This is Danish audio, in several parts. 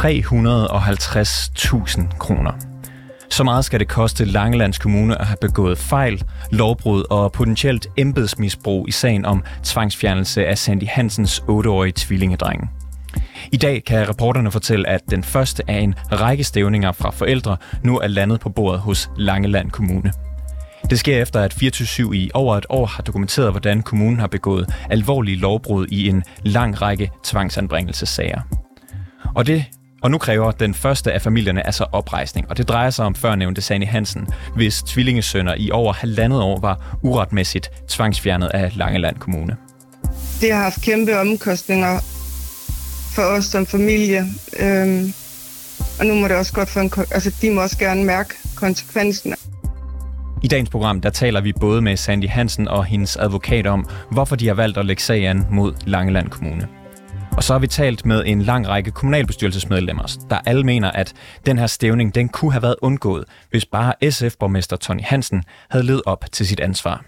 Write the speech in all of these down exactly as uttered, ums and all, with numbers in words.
tre hundrede og halvtreds tusind kroner. Så meget skal det koste Langelands Kommune at have begået fejl, lovbrud og potentielt embedsmisbrug i sagen om tvangsfjernelse af Sandy Hansens otteårige tvillingedreng. I dag kan reporterne fortælle, at den første af en række stævninger fra forældre nu er landet på bordet hos Langeland Kommune. Det sker efter, at fireogtyve syv i over et år har dokumenteret, hvordan kommunen har begået alvorlige lovbrud i en lang række tvangsanbringelsessager. Og det Og nu kræver den første af familierne altså oprejsning, og det drejer sig om førnævnte Sandy Hansen, hvis tvillingesønner i over halvandet år var uretmæssigt tvangsfjernet af Langeland Kommune. Det har haft kæmpe omkostninger for os som familie, øhm, og nu må det også godt få en, altså de må også gerne mærke konsekvenserne. I dagens program der taler vi både med Sandy Hansen og hendes advokat om, hvorfor de har valgt at lægge sag an mod Langeland Kommune. Og så har vi talt med en lang række kommunalbestyrelsesmedlemmer, der alle mener, at den her stævning den kunne have været undgået, hvis bare S F-borgmester Tonni Hansen havde levet op til sit ansvar.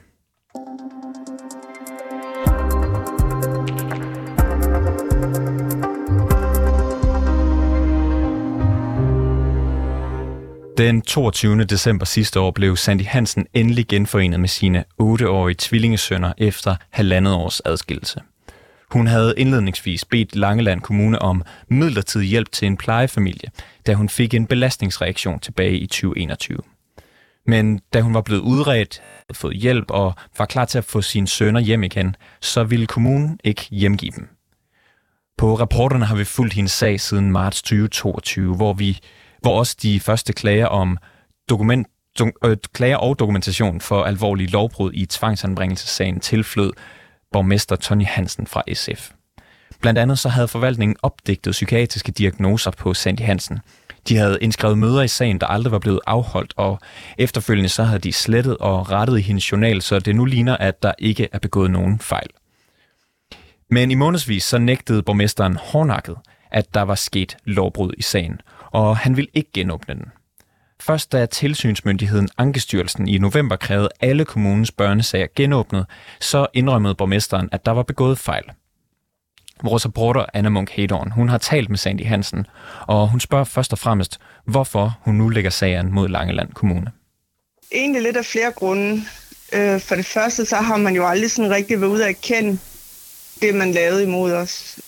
Den toogtyvende december sidste år blev Sandy Hansen endelig genforenet med sine otteårige tvillingesønner efter halvandet års adskillelse. Hun havde indledningsvis bedt Langeland Kommune om midlertidig hjælp til en plejefamilie, da hun fik en belastningsreaktion tilbage i tyve enogtyve. Men da hun var blevet udredt, havde fået hjælp og var klar til at få sine sønner hjem igen, så ville kommunen ikke hjemgive dem. På rapporterne har vi fulgt hendes sag siden marts tyve toogtyve, hvor vi hvor også de første klager om dokument, do, øh, klager og dokumentation for alvorlige lovbrud i tvangsanbringelsessagen tilflød borgmester Tonni Hansen fra S F. Blandt andet så havde forvaltningen opdigtet psykiatriske diagnoser på Sandy Hansen. De havde indskrevet møder i sagen, der aldrig var blevet afholdt, og efterfølgende så havde de slettet og rettet i hendes journal, så det nu ligner, at der ikke er begået nogen fejl. Men i månedsvis så nægtede borgmesteren hårdnakket, at der var sket lovbrud i sagen, og han ville ikke genåbne den. Først da tilsynsmyndigheden Ankestyrelsen i november krævede alle kommunens børnesager genåbnet, så indrømmede borgmesteren, at der var begået fejl. Vores reporter Anna Munk Hedorn, hun har talt med Sandy Hansen, og hun spørger først og fremmest, hvorfor hun nu lægger sagen mod Langeland Kommune. Egentlig lidt af flere grunde. For det første, så har man jo aldrig sådan rigtig været ude at erkende det, man lavede imod os.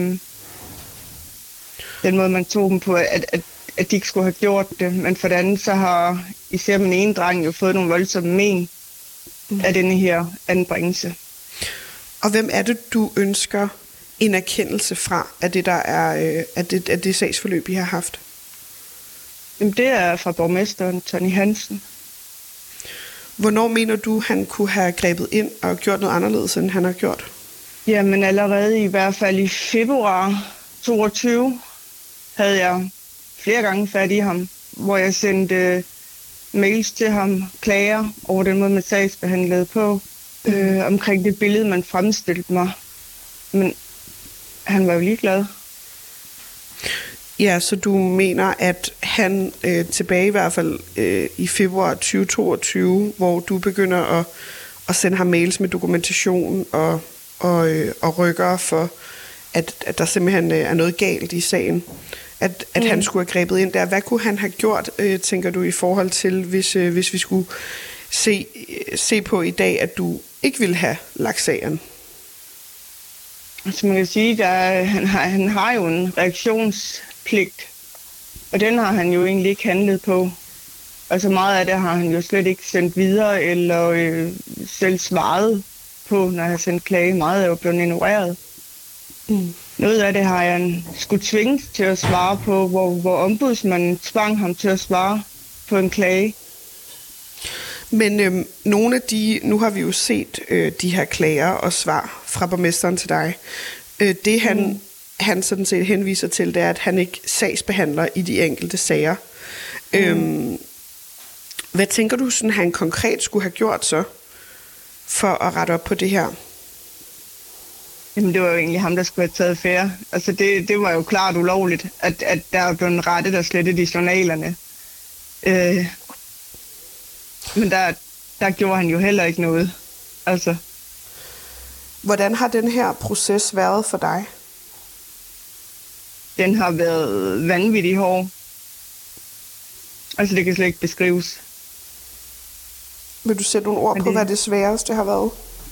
Den måde, man tog dem på, at, at, at de ikke skulle have gjort det. Men for det andet, så har især min ene dreng jo fået nogle voldsomme men mm. af denne her anbringelse. Og hvem er det, du ønsker en erkendelse fra af det, der er, af det, af det sagsforløb, I har haft? Jamen, det er fra borgmesteren Tonni Hansen. Hvornår mener du, han kunne have grebet ind og gjort noget anderledes, end han har gjort? Jamen, allerede i hvert fald i februar toogtyve havde jeg flere gange fat i ham, hvor jeg sendte mails til ham, klager over den måde, man sagsbehandlede på, øh, omkring det billede, man fremstillede mig. Men han var jo ligeglad. Ja, så du mener, at han øh, tilbage i hvert fald øh, i februar tyve toogtyve, hvor du begynder at, at sende ham mails med dokumentation og, og, øh, og rykker for, at, at der simpelthen er noget galt i sagen, at, at mm. han skulle have grebet ind der. Hvad kunne han have gjort, øh, tænker du, i forhold til, hvis, øh, hvis vi skulle se, se på i dag, at du ikke ville have lagt sagen? Altså man kan sige, at han har, han har jo en reaktionspligt, og den har han jo egentlig ikke handlet på. Altså meget af det har han jo slet ikke sendt videre, eller øh, selv svaret på, når jeg har sendt klage. Meget er jo blevet ignoreret. Mm. Noget af det har jeg skulle tvinges til at svare på, hvor, hvor ombudsmanden tvang ham til at svare på en klage. Men øhm, nogle af de, nu har vi jo set øh, de her klager og svar fra borgmesteren til dig. Øh, det han, mm. han sådan set henviser til, det er, at han ikke sagsbehandler i de enkelte sager. Mm. Øhm, hvad tænker du, sådan han konkret skulle have gjort så, for at rette op på det her? Jamen, det var jo egentlig ham, der skulle have taget affære. Altså, det, det var jo klart ulovligt, at, at der er blevet rettet og slettet i journalerne. Øh, men der, der gjorde han jo heller ikke noget. Altså. Hvordan har den her proces været for dig? den har været vanvittig hård. Altså, det kan slet ikke beskrives. Vil du sætte nogle ord Men på, det- hvad det sværeste har været?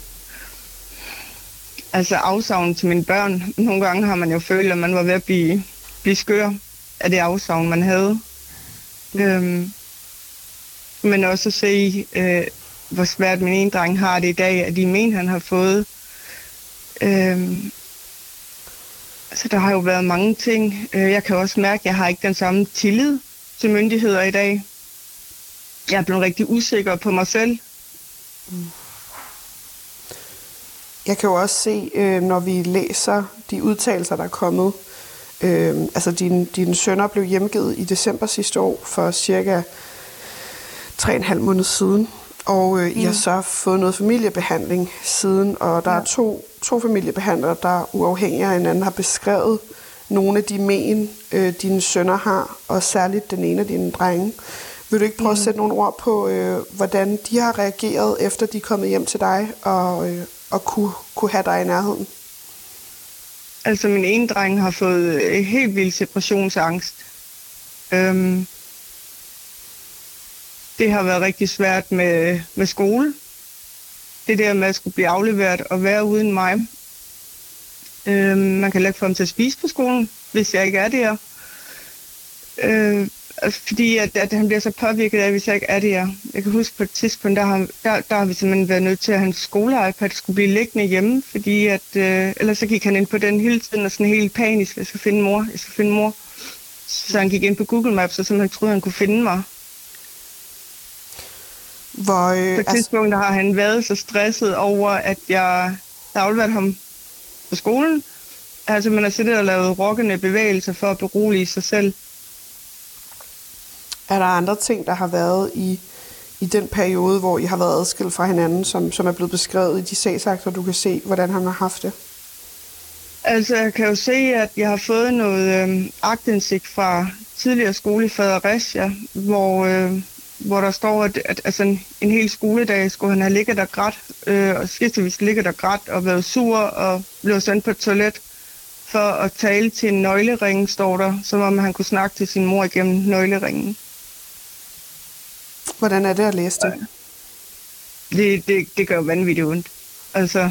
Altså, afsavn til mine børn. Nogle gange har man jo følt, at man var ved at blive, blive skør af det afsavn, man havde. Øhm, men også at se, øh, hvor svært min ene dreng har det i dag, at de men, han har fået. Øhm, altså, der har jo været mange ting. Øh, Jeg kan også mærke, at jeg har ikke den samme tillid til myndigheder i dag. Jeg er blevet rigtig usikker på mig selv. Jeg kan jo også se, øh, når vi læser de udtalelser, der er kommet. Øh, altså, dine, dine sønner blev hjemgivet i december sidste år for cirka tre og en halv måned siden. Og øh, mm. I har så fået noget familiebehandling siden, og der ja. er to, to familiebehandlere, der uafhængigt af hinanden har beskrevet nogle af de men, øh, dine sønner har, og særligt den ene af dine drenge. Vil du ikke prøve mm. at sætte nogle ord på, øh, hvordan de har reageret, efter de er kommet hjem til dig, og, øh, og kunne, kunne have dig i nærheden? Altså, min ene dreng har fået øh, helt vild separationsangst. Øhm, det har været rigtig svært med, med skole. Det der med at skulle blive afleveret og være uden mig. Øhm, man kan ikke få ham til at spise på skolen, hvis jeg ikke er der. Øh, altså, fordi at, at han bliver så påvirket af, hvis jeg ikke er der. Jeg kan huske på et tidspunkt, der har, der, der har vi simpelthen været nødt til, at hans skole-iPad skulle blive liggende hjemme, fordi at, øh, ellers så gik han ind på den hele tiden og sådan helt panisk, jeg skal finde mor, jeg skal finde mor. Så han gik ind på Google Maps og simpelthen troede, han kunne finde mig. Hvor, øh, På et tidspunkt der har han været så stresset over, at jeg har afleveret ham på skolen. Altså, man har siddet og lavet rokkende bevægelser for at berolige sig selv. Er der andre ting, der har været i, i den periode, hvor I har været adskilt fra hinanden, som, som er blevet beskrevet i de sagsakter, du kan se, hvordan han har haft det? Altså, jeg kan jo se, at jeg har fået noget øh, aktindsigt fra tidligere skole i Fredericia, hvor, øh, hvor der står, at, at altså, en, en hel skoledag skulle han have ligget der grædt, øh, og skiftevis ligget der grædt og været sur og blev sendt på et toilet for at tale til en nøglering, står der, som om han kunne snakke til sin mor igennem nøgleringen. Hvordan er det at læse det? Det, det, det gør jo vanvittigt ondt. Altså,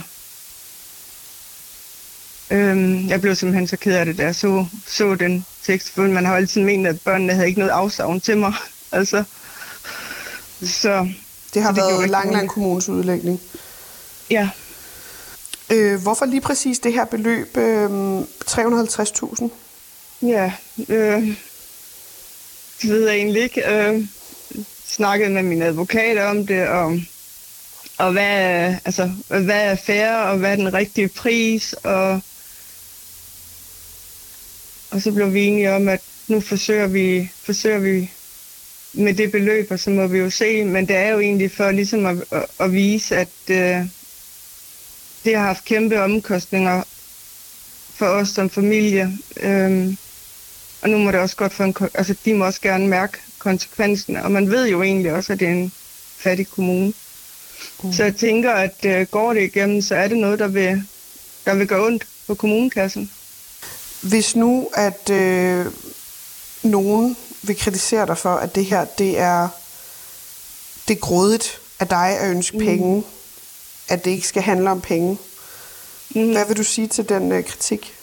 øhm, jeg blev simpelthen så ked af det, da jeg så, så den tekst. For man har jo altid ment, at børnene havde ikke noget afsavn til mig. Altså, så, Det har så det gjorde været rigtig Langeland ondt. Kommunes udlægning. Ja, Øh, hvorfor lige præcis det her beløb, øh, tre hundrede og halvtreds tusind? ja. Øh, det ved jeg egentlig ikke. Øh, snakkede med min advokat om det, og, og hvad, er- altså, hvad er fair, og hvad er den rigtige pris, og, og så blev vi enige om, at nu forsøger vi, forsøger vi med det beløb, og så må vi jo se, men det er jo egentlig for ligesom at, at, at vise, at øh, det har haft kæmpe omkostninger for os som familie, øhm, og nu må det også godt få en, ko- altså de må også gerne mærke konsekvensen, og man ved jo egentlig også, at det er en fattig kommune. Mm. Så jeg tænker, at øh, går det igennem, så er det noget, der vil, der vil gøre ondt på kommunekassen. Hvis nu, at øh, nogen vil kritisere dig for, at det her, det er, det er grådigt af dig at ønske mm. penge, at det ikke skal handle om penge, Mm. hvad vil du sige til den øh, kritik?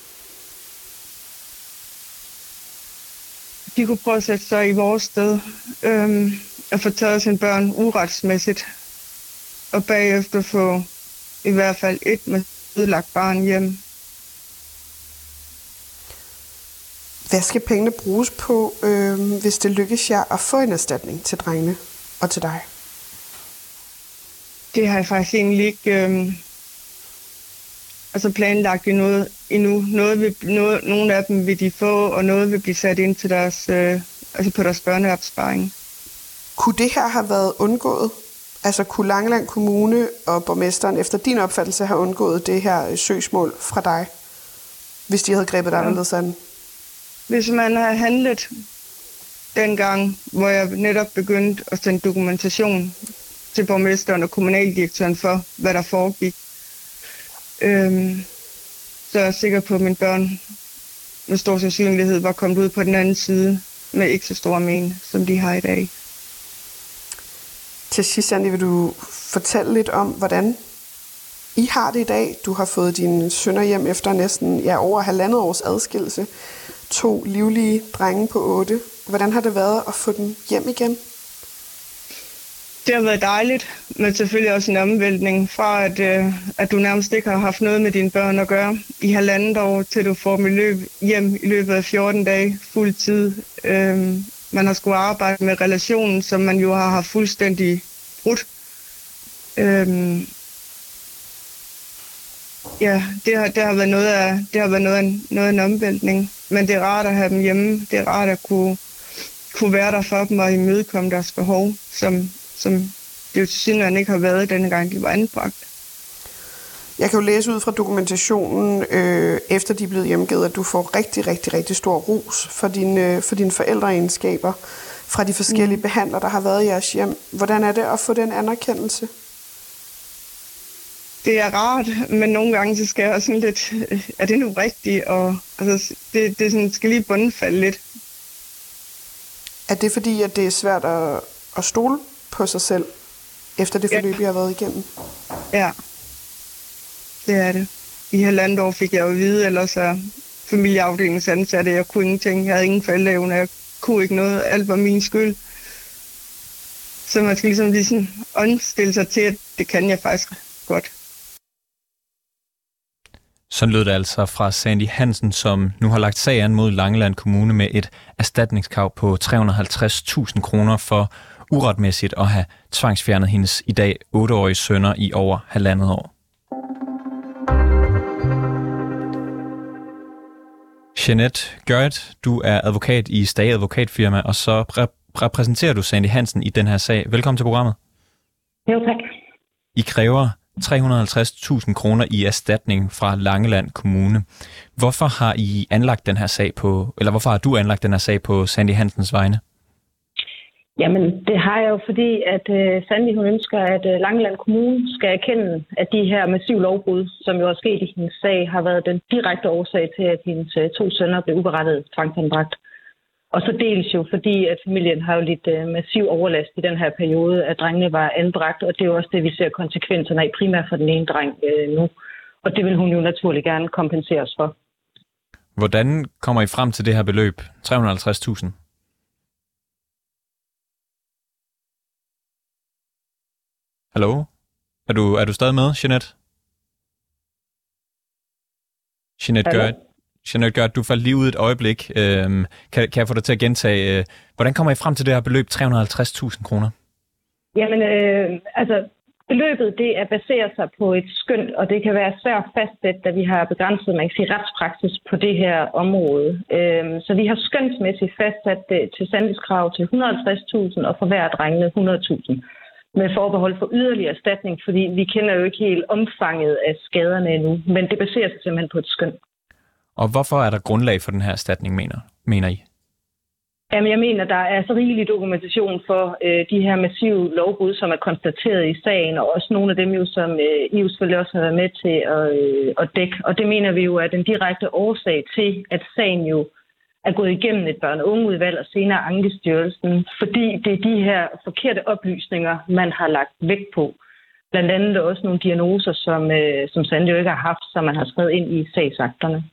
De kunne prøve at sætte sig i vores sted, øhm, og få taget sine børn uretsmæssigt, og bagefter få i hvert fald et med ødelagt barn hjem. Hvad skal pengene bruges på, øh, hvis det lykkes jer at få en erstatning til drengene og til dig? Det har jeg faktisk egentlig ikke øhm, altså planlagt i noget, endnu. Noget vil, noget, nogle af dem vil de få, og noget vil blive sat ind til deres, øh, altså på deres børneopsparing. Kunne det her have været undgået? Altså kunne Langeland Kommune og borgmesteren efter din opfattelse have undgået det her søgsmål fra dig, hvis de havde grebet dig Ja. anderledes an? Hvis man har handlet dengang, hvor jeg netop begyndte at sende dokumentation til borgmesteren og kommunaldirektøren for, hvad der foregik, øhm, så er jeg sikker på, at mine børn med stor sandsynlighed var kommet ud på den anden side med ikke så stor men, som de har i dag. Til sidst, Sandy, vil du fortælle lidt om, hvordan I har det i dag? Du har fået dine sønner hjem efter næsten ja, over halvandet års adskillelse. To livlige drenge på otte. Hvordan har det været at få dem hjem igen? Det har været dejligt, men selvfølgelig også en omvæltning fra, at, øh, at du nærmest ikke har haft noget med dine børn at gøre i halvandet år, til du får dem i løb, hjem i løbet af fjorten dage fuld tid. Øh, man har skulle arbejde med relationen, som man jo har haft fuldstændig brudt. Øh, ja, det har, det har været noget af, det har været noget af, noget af en omvæltning, men det er rart at have dem hjemme. Det er rart at kunne, kunne være der for dem og imødekomme deres behov, som som det jo til synligheden ikke har været, denne gang de var anbragt. Jeg kan jo læse ud fra dokumentationen, øh, efter de er blevet hjemgivet, at du får rigtig, rigtig, rigtig stor ros for dine, for dine forældreegenskaber fra de forskellige mm. behandlere, der har været i jeres hjem. Hvordan er det at få den anerkendelse? Det er rart, men nogle gange så skal jeg også sådan lidt, er det nu rigtigt? Og, altså, det, det sådan, skal lige bundfalde lidt. Er det fordi, at det er svært at, at stole på sig selv, efter det forløb, ja. Jeg har været igennem? Ja, det er det. I halvandet år fik jeg jo at vide, ellers er familieafdelingens ansatte, jeg kunne ingenting, jeg havde ingen forældreevne, jeg kunne ikke noget, alt var min skyld. Så man skal ligesom, ligesom omstille sig til, at det kan jeg faktisk godt. Sådan lød det altså fra Sandy Hansen, som nu har lagt sag an mod Langeland Kommune med et erstatningskrav på tre hundrede og halvtreds tusind kroner for uretmæssigt at have tvangsfjernet hendes i dag otteårige sønner i over halvandet år. Jeanette Gørt, du er advokat i Stage Advokatfirma, og så rep- repræsenterer du Sandy Hansen i den her sag. Velkommen til programmet. Jo, tak. I kræver tre hundrede og halvtreds tusind kroner i erstatning fra Langeland Kommune. Hvorfor har I anlagt den her sag på, eller hvorfor har du anlagt den her sag på Sandy Hansens vegne? Jamen, det har jeg jo, fordi at uh, Sandy hun ønsker, at uh, Langeland Kommune skal erkende, at de her massive lovbrud, som jo er sket i hendes sag, har været den direkte årsag til, at hendes uh, to sønner blev uberettet tvangsanbragt. Og så dels jo, fordi at familien har jo lidt uh, massiv overlast i den her periode, at drengene var anbragt, og det er jo også det, vi ser konsekvenserne af, primært for den ene dreng uh, nu. Og det vil hun jo naturligt gerne kompenseres for. Hvordan kommer I frem til det her beløb, tre hundrede og halvtreds tusind? Hallo? Er du, er du stadig med, Jeanette? Jeanette Gørt, Jeanette Gørt, du faldt lige ud et øjeblik. Øhm, kan, kan jeg få dig til at gentage, øh, hvordan kommer I frem til det her beløb, tre hundrede og halvtreds tusind kroner? Jamen, øh, altså, beløbet det er baseret sig på et skøn, og det kan være svært at fastsætte, da vi har begrænset, man kan sige, retspraksis på det her område. Øh, så vi har skønsmæssigt fastsat det til Sandys krav til et hundrede og halvtreds tusind, og for hver drengene hundrede tusind. Med forbehold for yderligere erstatning, fordi vi kender jo ikke helt omfanget af skaderne endnu, men det baserer sig simpelthen på et skøn. Og hvorfor er der grundlag for den her erstatning, mener, mener I? Jamen, jeg mener, der er så rigelig dokumentation for øh, de her massive lovbrud, som er konstateret i sagen, og også nogle af dem jo, som øh, I jo selvfølgelig også har været med til at, øh, at dække. Og det mener vi jo er den direkte årsag til, at sagen jo er gået igennem et børne- og ungeudvalg og senere Ankestyrelsen, fordi det er de her forkerte oplysninger, man har lagt vægt på. Blandt andet også nogle diagnoser, som, øh, som Sandy jo ikke har haft, som man har skrevet ind i sagsakterne.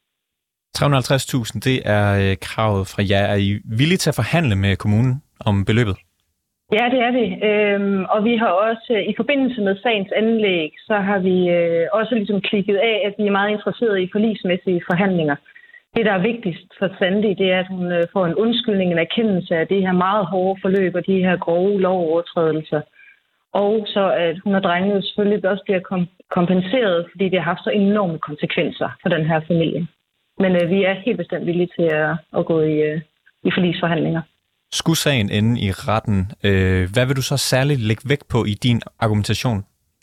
tre hundrede og halvtreds tusind, det er øh, kravet fra jer. Er I villige til at forhandle med kommunen om beløbet? Ja, det er vi. Øhm, og vi har også, i forbindelse med sagens anlæg, så har vi øh, også ligesom klikket af, at vi er meget interesserede i forligsmæssige forhandlinger. Det, der er vigtigst for Sandy, det er, at hun øh, får en undskyldning, en erkendelse af det her meget hårde forløb og de her grove lovovertrædelser. Og så at hun og drengene selvfølgelig også bliver kom- kompenseret, fordi det har haft så enorme konsekvenser for den her familie. Men øh, vi er helt bestemt villige til at, at gå i, øh, i forligsforhandlinger. Skulle sagen ende i retten, øh, hvad vil du så særligt lægge vægt på i din argumentation?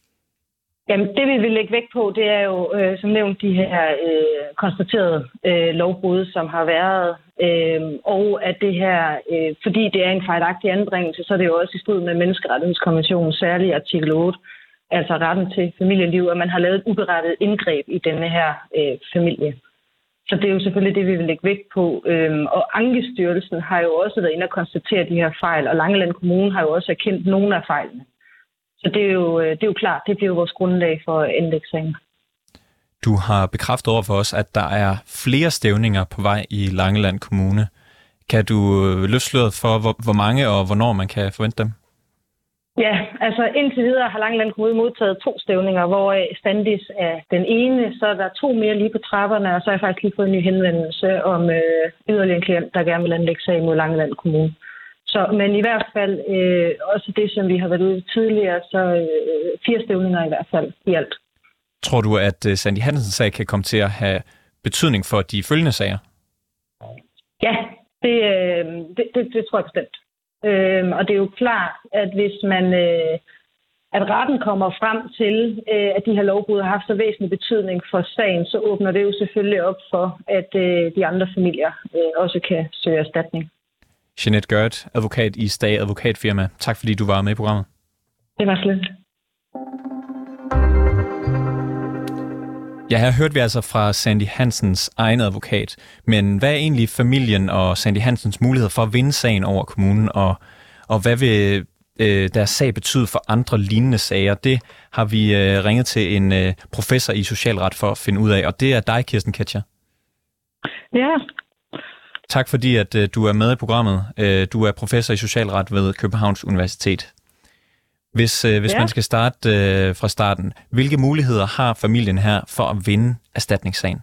Jamen, det vi vil lægge vægt på, det er jo, øh, som nævnt, de her øh, konstaterede øh, lovbrud, som har været. Øh, og at det her, øh, fordi det er en fejlagtig anbringelse, så er det jo også i strid med menneskerettighedskonventionen, særligt artikel otte, altså retten til familieliv, at man har lavet et uberettiget indgreb i denne her øh, familie. Så det er jo selvfølgelig det, vi vil lægge vægt på. Øhm, og Ankestyrelsen har jo også været inde og konstatere de her fejl, og Langeland Kommune har jo også erkendt nogle af fejlene. Så det er jo, det er jo klart, det bliver jo vores grundlag for anlægssagen. Du har bekræftet over for os, at der er flere stævninger på vej i Langeland Kommune. Kan du løfte sløret for, hvor, hvor mange og hvornår man kan forvente dem? Ja, altså indtil videre har Langeland Kommune modtaget to stævninger, hvor Standis er den ene, så er der to mere lige på trapperne, og så har jeg faktisk lige fået en ny henvendelse om øh, yderligere en klient, der gerne vil anlægge sag mod Langeland Kommune. Så, men i hvert fald øh, også det, som vi har været ude tidligere, så øh, fire stævninger i hvert fald i alt. Tror du, at Sandy Hansens sag kan komme til at have betydning for de følgende sager? Ja, det, øh, det, det, det tror jeg bestemt. Øhm, og det er jo klart, at hvis man, øh, at retten kommer frem til, øh, at de her lovbrud har haft så væsentlig betydning for sagen, så åbner det jo selvfølgelig op for, at øh, de andre familier øh, også kan søge erstatning. Jeanette Gørt, advokat i Stage Advokatfirma. Tak fordi du var med i programmet. Det var slet. Ja, her hørte vi altså fra Sandy Hansens egen advokat. Men hvad er egentlig familien og Sandy Hansens muligheder for at vinde sagen over kommunen, og, og hvad vil øh, deres sag betyde for andre lignende sager? Det har vi øh, ringet til en øh, professor i socialret for at finde ud af, og det er dig, Kirsten Ketscher. Ja. Tak fordi, at øh, du er med i programmet. Øh, du er professor i socialret ved Københavns Universitet. Hvis, øh, hvis ja. man skal starte øh, fra starten, hvilke muligheder har familien her for at vinde erstatningssagen?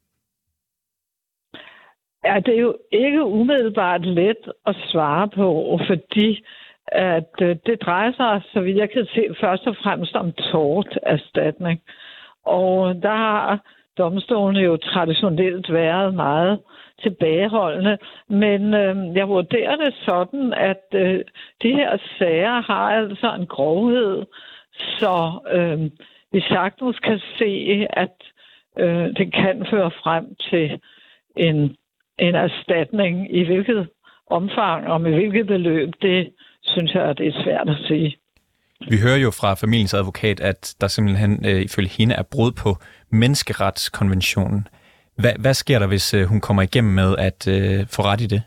Ja, det er jo ikke umiddelbart let at svare på, fordi at øh, det drejer sig, så vidt jeg kan se, først og fremmest om torterstatning. Og der har domstolene jo traditionelt været meget tilbageholdende, men øh, jeg vurderer det sådan, at øh, de her sager har altså en grovhed, så øh, vi sagtens kan se, at øh, det kan føre frem til en, en erstatning. I hvilket omfang og med hvilket beløb, det synes jeg, at det er svært at sige. Vi hører jo fra familiens advokat, at der simpelthen øh, ifølge hende er brud på menneskeretskonventionen. Hvad, hvad sker der, hvis øh, hun kommer igennem med at øh, få ret i det?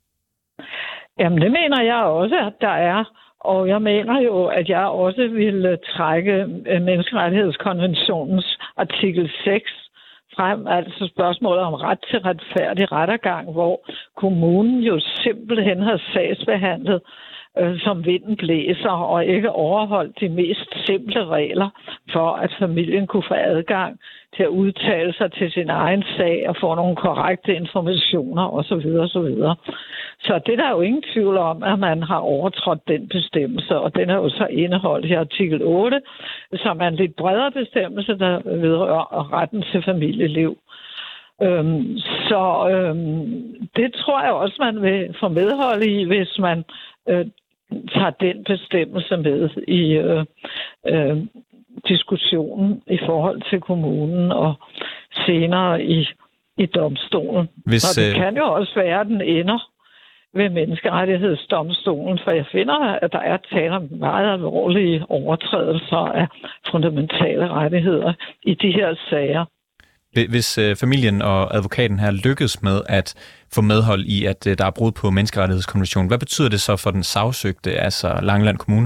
Jamen, det mener jeg også, at der er. Og jeg mener jo, at jeg også vil trække menneskerettighedskonventionens artikel seks frem, altså spørgsmålet om ret til retfærdig rettergang, hvor kommunen jo simpelthen har sagsbehandlet øh, som vinden blæser og ikke overholdt de mest simple regler for, at familien kunne få adgang til at udtale sig til sin egen sag og få nogle korrekte informationer osv. osv. Så det der er jo ingen tvivl om, at man har overtrådt den bestemmelse, og den er jo så indeholdt i artikel otte, som er en lidt bredere bestemmelse, der vedrører retten til familieliv. Øhm, så øhm, det tror jeg også, man vil få medhold i, hvis man øh, tager den bestemmelse med i øh, øh, diskussionen i forhold til kommunen og senere i, i domstolen. Hvis, og det kan jo også være, at den ender ved menneskerettighedsdomstolen, for jeg finder, at der er tale om meget alvorlige overtrædelser af fundamentale rettigheder i de her sager. Hvis øh, familien og advokaten her lykkes med at få medhold i, at øh, der er brud på menneskerettighedskonventionen, hvad betyder det så for den sagsøgte, altså Langeland Kommune?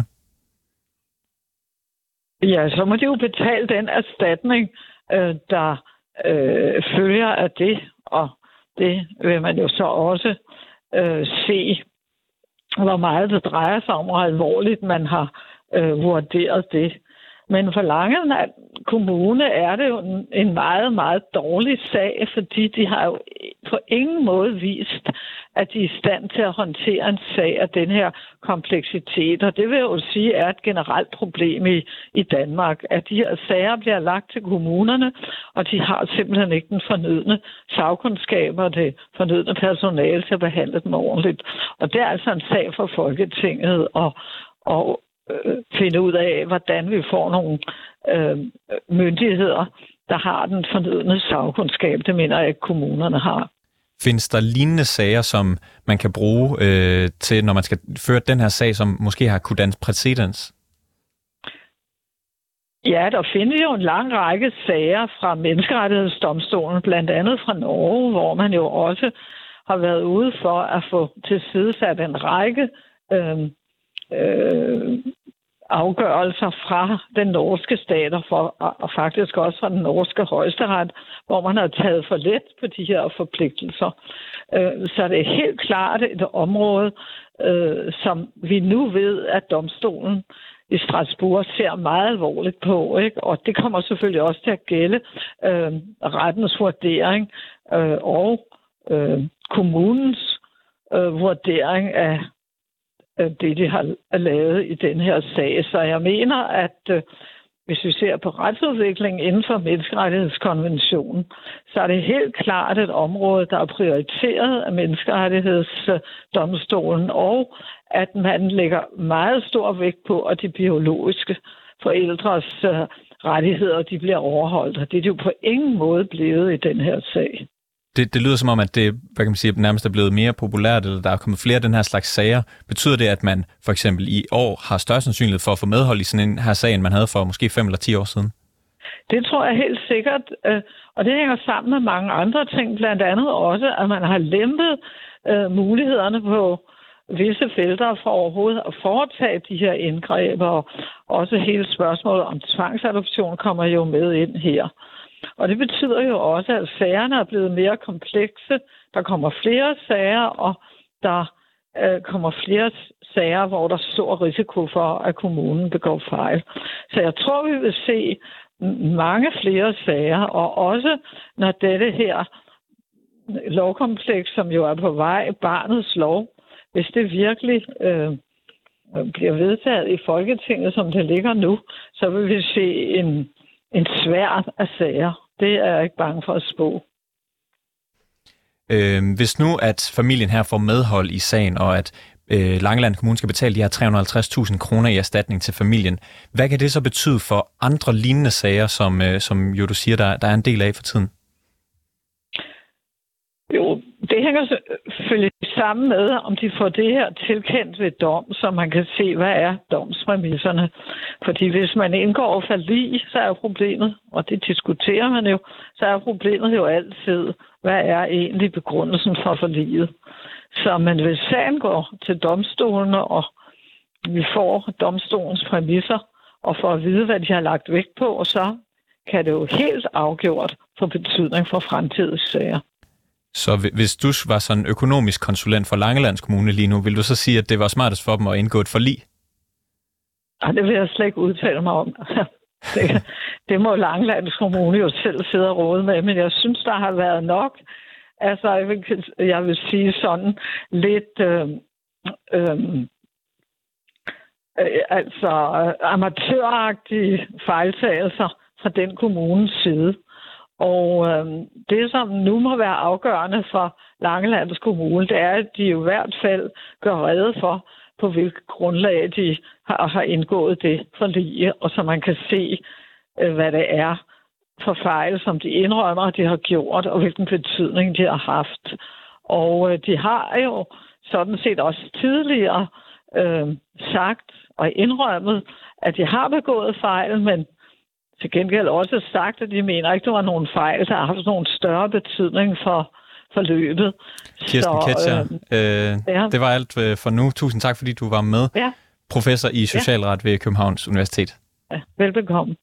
Ja, så må de jo betale den erstatning, øh, der øh, følger af det, og det vil man jo så også øh, se, hvor meget det drejer sig om, og alvorligt man har øh, vurderet det. Men for Langeland Kommune er det jo en meget, meget dårlig sag, fordi de har jo på ingen måde vist, at de er i stand til at håndtere en sag af den her kompleksitet. Og det vil jo sige, er et generelt problem i, i Danmark, at de her sager bliver lagt til kommunerne, og de har simpelthen ikke den fornødne sagkundskab og det fornødne personale til at behandle dem ordentligt. Og det er altså en sag for Folketinget og, og finde ud af, hvordan vi får nogle øh, myndigheder, der har den fornødne sagkundskab. Det mener jeg ikke, kommunerne har. Findes der lignende sager, som man kan bruge øh, til, når man skal føre den her sag, som måske har kunnet danne præcedens? Ja, der findes jo en lang række sager fra Menneskerettighedsdomstolen, blandt andet fra Norge, hvor man jo også har været ude for at få tilsidesat en række øh, øh, afgørelser fra den norske stat og, for, og faktisk også fra den norske højesteret, hvor man har taget for let på de her forpligtelser. Øh, så det er helt klart et område, øh, som vi nu ved, at domstolen i Strasbourg ser meget alvorligt på, ikke? Og det kommer selvfølgelig også til at gælde øh, rettens vurdering øh, og øh, kommunens øh, vurdering af øh, det, de har lavet i den her sag. Så jeg mener, at øh, hvis vi ser på retsudviklingen inden for menneskerettighedskonventionen, så er det helt klart et område, der er prioriteret af menneskerettighedsdomstolen, og at man lægger meget stor vægt på, at de biologiske forældres uh, rettigheder de bliver overholdt. Og det er jo på ingen måde blevet i den her sag. Det, det lyder som om, at det hvad kan man sige, nærmest er blevet mere populært, eller der er kommet flere af den her slags sager. Betyder det, at man for eksempel i år har større sandsynlighed for at få medhold i sådan en her sag, end man havde for måske fem eller ti år siden? Det tror jeg helt sikkert, og det hænger sammen med mange andre ting, blandt andet også, at man har lempet mulighederne på visse felter for overhovedet at foretage de her indgreb, og også hele spørgsmålet om tvangsadoption kommer jo med ind her. Og det betyder jo også, at sagerne er blevet mere komplekse. Der kommer flere sager, og der øh, kommer flere sager, hvor der er stor risiko for, at kommunen begår fejl. Så jeg tror, vi vil se mange flere sager, og også når dette her lovkompleks, som jo er på vej, barnets lov, hvis det virkelig øh, bliver vedtaget i Folketinget, som det ligger nu, så vil vi se en En svær af sager. Det er jeg ikke bange for at spå. Øh, hvis nu, at familien her får medhold i sagen, og at øh, Langeland Kommune skal betale de her tre hundrede og halvtreds tusind kroner i erstatning til familien, hvad kan det så betyde for andre lignende sager, som, øh, som jo du siger, der, der er en del af for tiden? Jo, det hænger selvfølgelig sammen med, om de får det her tilkendt ved dom, så man kan se, hvad er domspræmisserne. Fordi hvis man indgår forlig, så er jo problemet, og det diskuterer man jo, så er problemet jo altid, hvad er egentlig begrundelsen for forliget. Så men hvis sagen går til domstolene, og vi får domstolens præmisser, og får at vide, hvad de har lagt vægt på, og så kan det jo helt afgjort få betydning for fremtidige sager. Så hvis du var sådan økonomisk konsulent for Langelands Kommune lige nu, vil du så sige, at det var smartest for dem at indgå et forlig? Nej, det vil jeg slet ikke udtale mig om. Det, det må Langelands Kommune jo selv sidde og råde med, men jeg synes, der har været nok. Altså, jeg vil, jeg vil sige sådan lidt øh, øh, øh, altså amatøragtige fejltagelser fra den kommunes side. Og øh, det, som nu må være afgørende for Langelands Kommune, det er, at de i hvert fald gør rede for, på hvilket grundlag de har, har indgået det forlig, og så man kan se, øh, hvad det er for fejl, som de indrømmer, de har gjort, og hvilken betydning de har haft. Og øh, de har jo sådan set også tidligere øh, sagt og indrømmet, at de har begået fejl, men til gengæld også sagt, at de mener ikke, at der var nogen fejl, der har haft nogen større betydning for forløbet. Kirsten Ketscher, øh, øh, ja. Det var alt for nu. Tusind tak, fordi du var med. Ja. Professor i socialret ja. ved Københavns Universitet. Ja, velbekomme.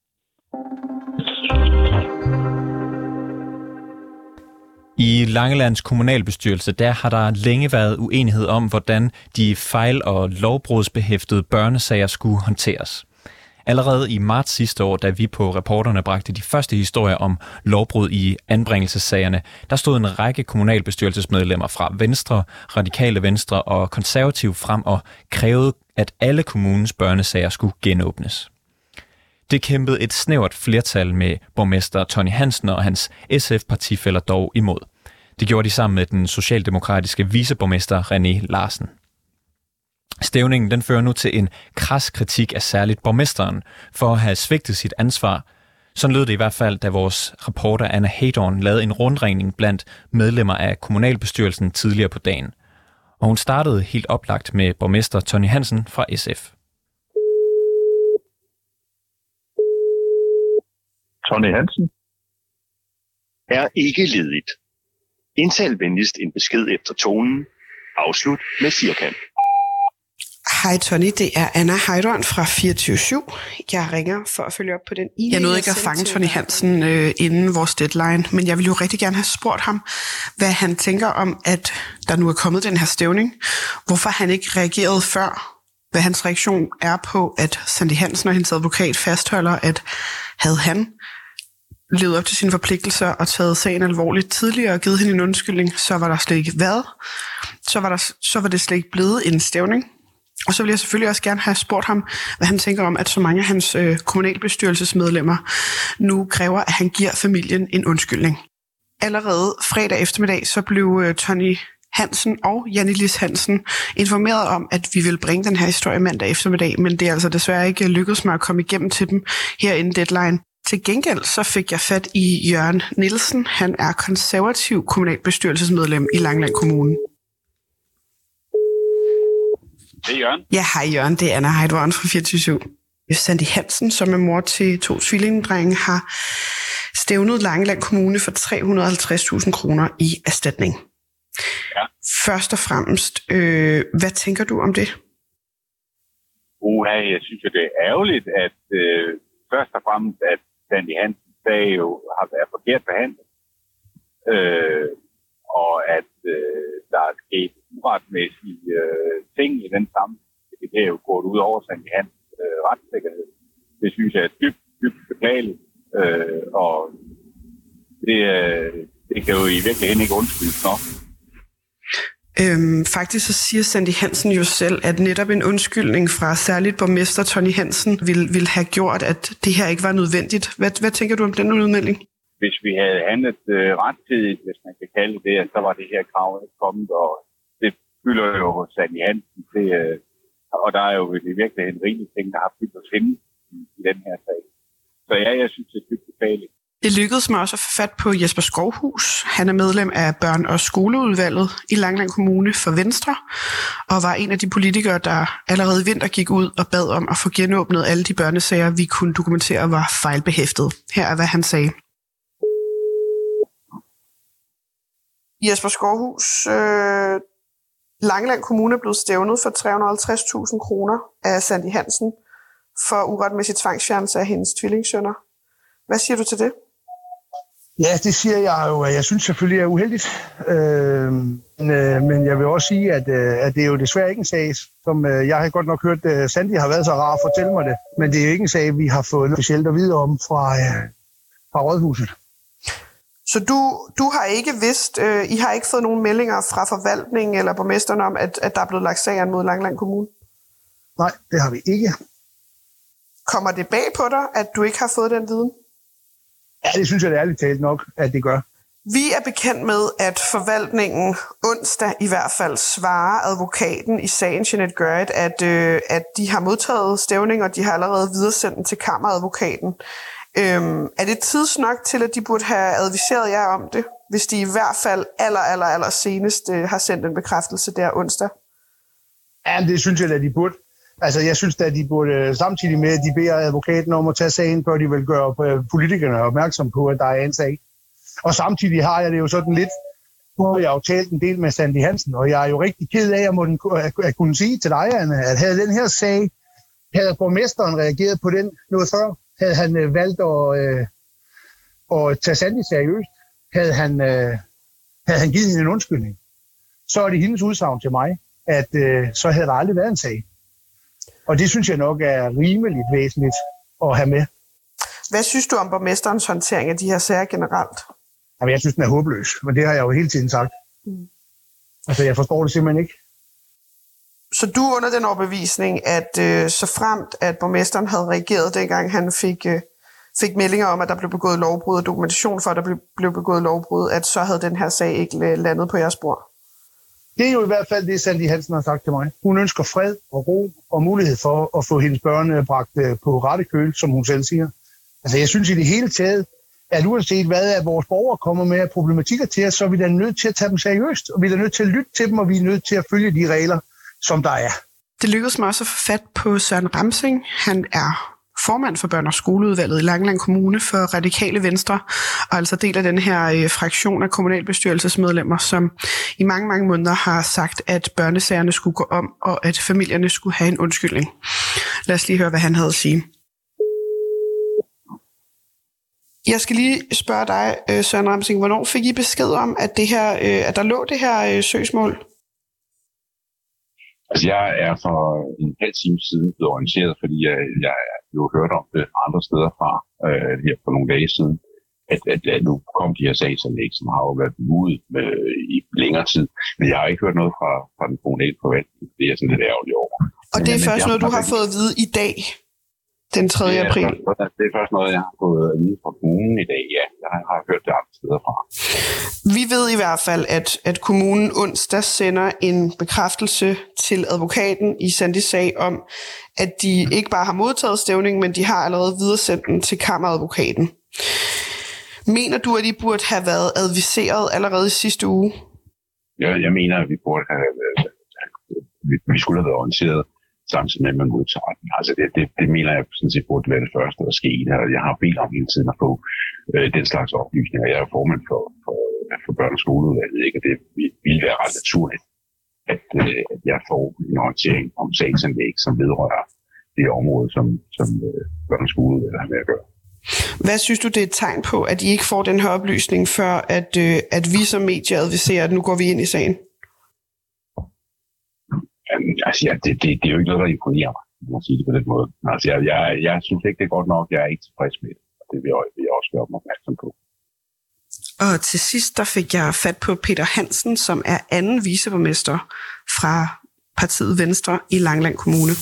I Langelands kommunalbestyrelse, der har der længe været uenighed om, hvordan de fejl- og lovbrudsbehæftede børnesager skulle håndteres. Allerede i marts sidste år, da vi på Reporterne bragte de første historier om lovbrud i anbringelsessagerne, der stod en række kommunalbestyrelsesmedlemmer fra Venstre, Radikale Venstre og Konservativ frem og krævede, at alle kommunens børnesager skulle genåbnes. Det kæmpede et snævert flertal med borgmester Tonni Hansen og hans S F-partifæller dog imod. Det gjorde de sammen med den socialdemokratiske viceborgmester René Larsen. Stævningen den fører nu til en kras kritik af særligt borgmesteren for at have svigtet sit ansvar. Sådan lød det i hvert fald, da vores reporter Anna Hedorn lavede en rundringning blandt medlemmer af kommunalbestyrelsen tidligere på dagen. Og hun startede helt oplagt med borgmester Tonni Hansen fra S F. Tony Hansen er ikke ledigt. Indtal venligst en besked efter tonen. Afslut med firkant. Hej Tony, det er Anna Heidorn fra fireogtyve syv. Jeg ringer for at følge op på den e-mail. Jeg nåede ikke at fange Tony Hansen øh, inden vores deadline, men jeg vil jo rigtig gerne have spurgt ham, hvad han tænker om, at der nu er kommet den her stævning. Hvorfor han ikke reagerede før. Hvad hans reaktion er på, at Sandy Hansen og hendes advokat fastholder, at havde han levet op til sine forpligtelser og taget sagen alvorligt tidligere og givet hende en undskyldning, så var der slet ikke været. Så var, der, så var det slet ikke blevet en stævning. Og så vil jeg selvfølgelig også gerne have spurgt ham, hvad han tænker om, at så mange af hans øh, kommunalbestyrelsesmedlemmer nu kræver, at han giver familien en undskyldning. Allerede fredag eftermiddag, så blev øh, Tony Hansen og Janne-Lis Hansen informeret om, at vi vil bringe den her historie mandag eftermiddag, men det er altså desværre ikke lykkedes mig at komme igennem til dem her inden deadline. Til gengæld så fik jeg fat i Jørgen Nielsen. Han er konservativ kommunalbestyrelsesmedlem i Langeland Kommune. Det er Jørgen. Ja, hej Jørgen. Det er Anna Heidorn fra fireogtyve syv. Sandy Hansen, som er mor til to tvillingedrenge, har stævnet Langeland Kommune for tre hundrede og halvtreds tusind kroner i erstatning. Ja. Først og fremmest, øh, hvad tænker du om det? Uha, jeg synes, at det er ærgerligt, at øh, først og fremmest, at Sandy Hansens sag jo har været forkert behandlet, øh, og at øh, der er sket uretmæssige øh, ting i den sammenhæng. Det er jo gået ud over Sandy Hansens øh, retssikkerhed. Det synes jeg er dybt, dybt beklageligt, øh, og det, øh, det kan jo i virkeligheden ikke undskyldes nok. Øhm, faktisk så siger Sandy Hansen jo selv, at netop en undskyldning fra særligt borgmester Tony Hansen ville, ville have gjort, at det her ikke var nødvendigt. Hvad, hvad tænker du om den udmelding? Hvis vi havde handlet øh, rettidigt, hvis man kan kalde det, så var det her krav ikke kommet, og det fylder jo Sandy Hansen til, øh, og der er jo i virkeligheden en rimelig ting, der har fyldt os hende i, i den her sag. Så ja, jeg synes, det er dybt beklageligt. Det lykkedes mig også at få fat på Jesper Skovhus. Han er medlem af børn- og skoleudvalget i Langeland Kommune for Venstre, og var en af de politikere, der allerede i vinter gik ud og bad om at få genåbnet alle de børnesager, vi kunne dokumentere var fejlbehæftet. Her er, hvad han sagde. Jesper Skovhus, øh, Langeland Kommune blev stævnet for tre hundrede og halvtreds tusind kroner af Sandy Hansen for uretmæssig tvangsfjernelse af hendes tvillingsønner. Hvad siger du til det? Ja, det siger jeg jo, at jeg synes selvfølgelig er uheldigt. Øh, men, øh, men jeg vil også sige, at, øh, at det er jo desværre ikke en sag, som øh, jeg har godt nok hørt, at Sandy har været så rar at fortælle mig det. Men det er jo ikke en sag, vi har fået noget specielt at vide om fra, øh, fra Rådhuset. Så du, du har ikke vidst, øh, I har ikke fået nogen meldinger fra forvaltningen eller borgmesteren om, at, at der er blevet lagt sager mod Langeland Kommune? Nej, det har vi ikke. Kommer det bag på dig, at du ikke har fået den viden? Ja, det synes jeg det er ærligt talt nok, at det gør. Vi er bekendt med, at forvaltningen onsdag i hvert fald svarer advokaten i sagen Jeanette Gørrit, at, øh, at de har modtaget stævning, og de har allerede videresendt den til kammeradvokaten. Øhm, er det tidsnok til, at de burde have adviseret jer om det, hvis de i hvert fald aller, aller, aller senest øh, har sendt en bekræftelse der onsdag? Ja, det synes jeg, at de burde. Altså, jeg synes, at de burde samtidig med, at de beder advokaten om at tage sagen, bør de vil gøre politikerne opmærksom på, at der er en sag. Og samtidig har jeg det jo sådan lidt, hvor jeg har jo talt en del med Sandy Hansen, og jeg er jo rigtig ked af, at, må den, at kunne sige til dig, Anna, at havde den her sag, havde borgmesteren reageret på den noget før, havde han øh, valgt at, øh, at tage Sandy seriøst, havde han, øh, havde han givet hende en undskyldning, så er det hendes udsagn til mig, at øh, så havde der aldrig været en sag. Og det synes jeg nok er rimeligt væsentligt at have med. Hvad synes du om borgmesterens håndtering af de her sager generelt? Jamen, jeg synes, den er håbløs, men det har jeg jo hele tiden sagt. Mm. Altså, jeg forstår det simpelthen ikke. Så du er under den overbevisning, at øh, så fremt, at borgmesteren havde reageret, dengang han fik, øh, fik meldinger om, at der blev begået lovbrud og dokumentation for, at der blev, blev begået lovbrud, at så havde den her sag ikke landet på jeres bord? Det er jo i hvert fald det, Sandy Hansen har sagt til mig. Hun ønsker fred og ro og mulighed for at få hendes børn bragt på rette køl, som hun selv siger. Altså, jeg synes i det hele taget, at uanset hvad at vores borgere kommer med problematikker til os, så er vi da nødt til at tage dem seriøst, og vi er da nødt til at lytte til dem, og vi er nødt til at følge de regler, som der er. Det lykkedes mig også at få fat på Søren Ramsing. Han er formand for børn- og skoleudvalget i Langeland Kommune for Radikale Venstre, og altså del af den her øh, fraktion af kommunalbestyrelsesmedlemmer, som i mange, mange måneder har sagt, at børnesagerne skulle gå om, og at familierne skulle have en undskyldning. Lad os lige høre, hvad han havde at sige. Jeg skal lige spørge dig, Søren Ramsing, hvornår fik I besked om, at, det her, at der lå det her søgsmål? Altså, jeg er for en halv time siden blevet orienteret, fordi jeg, jeg jo hørt om det andre steder fra øh, her for nogle dage siden, at, at, at nu kom de her sagsanlæg, som har jo været ude øh, i længere tid. Men jeg har ikke hørt noget fra, fra den kommunale forvaltning. Det er sådan lidt ærgerligt over. Og det er men, først noget, du har fået at vide i dag? Den tredje april. Ja, det er først noget, jeg har fået at vide fra kommunen i dag, ja. Jeg har hørt det andre steder fra. Vi ved i hvert fald, at, at kommunen onsdag sender en bekræftelse til advokaten i Sandys sag om, at de ikke bare har modtaget stævningen, men de har allerede videresendt den til kammeradvokaten. Mener du, at I burde have været adviseret allerede i sidste uge? Ja, jeg mener, at vi burde have vi, vi skulle have været orienteret samtidig med, at man modtager den. Altså det, det, det mener jeg sådan set burde være det første, der sker. Jeg har bedt om hele tiden at få øh, den slags oplysninger. Jeg er formand for, for, for børn- og skoleudvalget, ikke? Og det ville være ret naturligt, at, øh, at jeg får en orientering om sagsanlæg, som vedrører det område, som, som øh, børn- og skoleudvalget har med at gøre. Hvad synes du, det er et tegn på, at I ikke får den her oplysning, før at, øh, at vi som medier adviserer, at nu går vi ind i sagen? Altså, ja, det, det, det er jo ikke noget, der imponerer mig, må sige det på den måde. Altså, jeg, jeg, jeg synes ikke, det er godt nok. Jeg er ikke tilfreds med det, og det vil jeg, vil jeg også gøre mig opmærksom på. Og til sidst, der fik jeg fat på Peter Hansen, som er anden viceborgmester fra partiet Venstre i Langeland Kommune.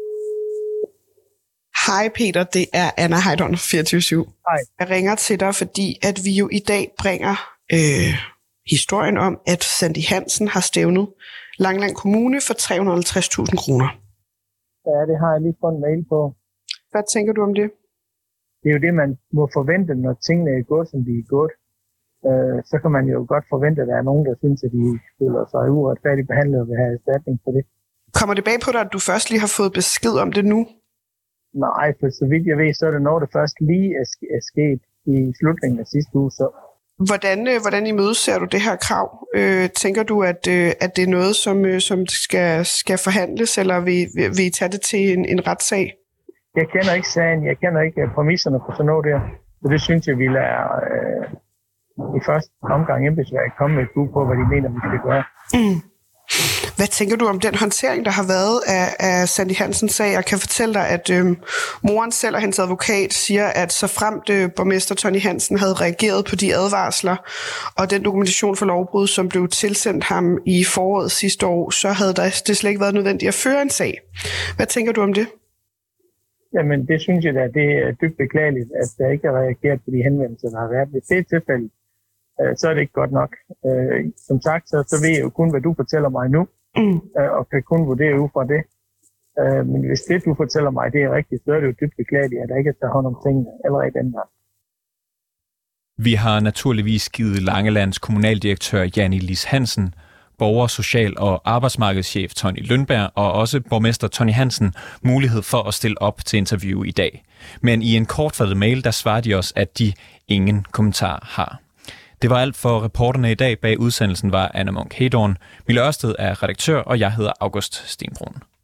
Hej Peter, det er Anna Heidorn fra fireogtyve syv. Hej. Jeg ringer til dig, fordi at vi jo i dag bringer øh, historien om, at Sandy Hansen har stævnet Langeland Kommune for tre hundrede og halvtreds tusind kroner. Ja, det har jeg lige fået en mail på. Hvad tænker du om det? Det er jo det, man må forvente, når tingene er gået, som de er gået. Øh, så kan man jo godt forvente, at der er nogen, der synes, at de føler sig uretfærdigt behandlet og vil have erstatning for det. Kommer det bag på dig, at du først lige har fået besked om det nu? Nej, for så vidt jeg ved, så er det noget, der først lige er, sk- er sket i slutningen af sidste uge. Så. Hvordan, hvordan imødeser du det her krav? Øh, tænker du, at, øh, at det er noget, som, øh, som skal, skal forhandles, eller vil, vil I tage det til en, en retssag? Jeg kender ikke sagen, jeg kender ikke præmisserne for sådan noget der. Så det synes jeg, vi lader øh, i første omgang embedsværket komme med et bud på, hvad de mener, vi skal gøre. Mm. Hvad tænker du om den håndtering, der har været af, af Sandy Hansens sag? Jeg kan fortælle dig, at øh, moren selv og hendes advokat siger, at så fremt øh, borgmester Tony Hansen havde reageret på de advarsler og den dokumentation for lovbrud, som blev tilsendt ham i foråret sidste år, så havde der, det slet ikke været nødvendigt at føre en sag. Hvad tænker du om det? Jamen, det synes jeg da, det er dybt beklageligt, at der ikke er reageret på de henvendelser, der har været. Hvis det er tilfældet, så er det ikke godt nok. Øh, som sagt, så, så ved jeg jo kun, hvad du fortæller mig nu, mm. øh, og kan kun vurdere ud fra det. Øh, men hvis det, du fortæller mig, det er rigtigt, så er det jo dybt beklageligt, at der ikke er taget hånd om tingene allerede den her. Vi har naturligvis givet Langelands kommunaldirektør Janni Lis Hansen, borger-, social- og arbejdsmarkedschef Tony Lønberg og også borgmester Tony Hansen mulighed for at stille op til interview i dag. Men i en kortfattet mail, der svarer de os, at de ingen kommentar har. Det var alt for reporterne i dag. Bag udsendelsen var Anna Munk Hedorn. Mille Ørsted er redaktør, og jeg hedder August Stenbrun.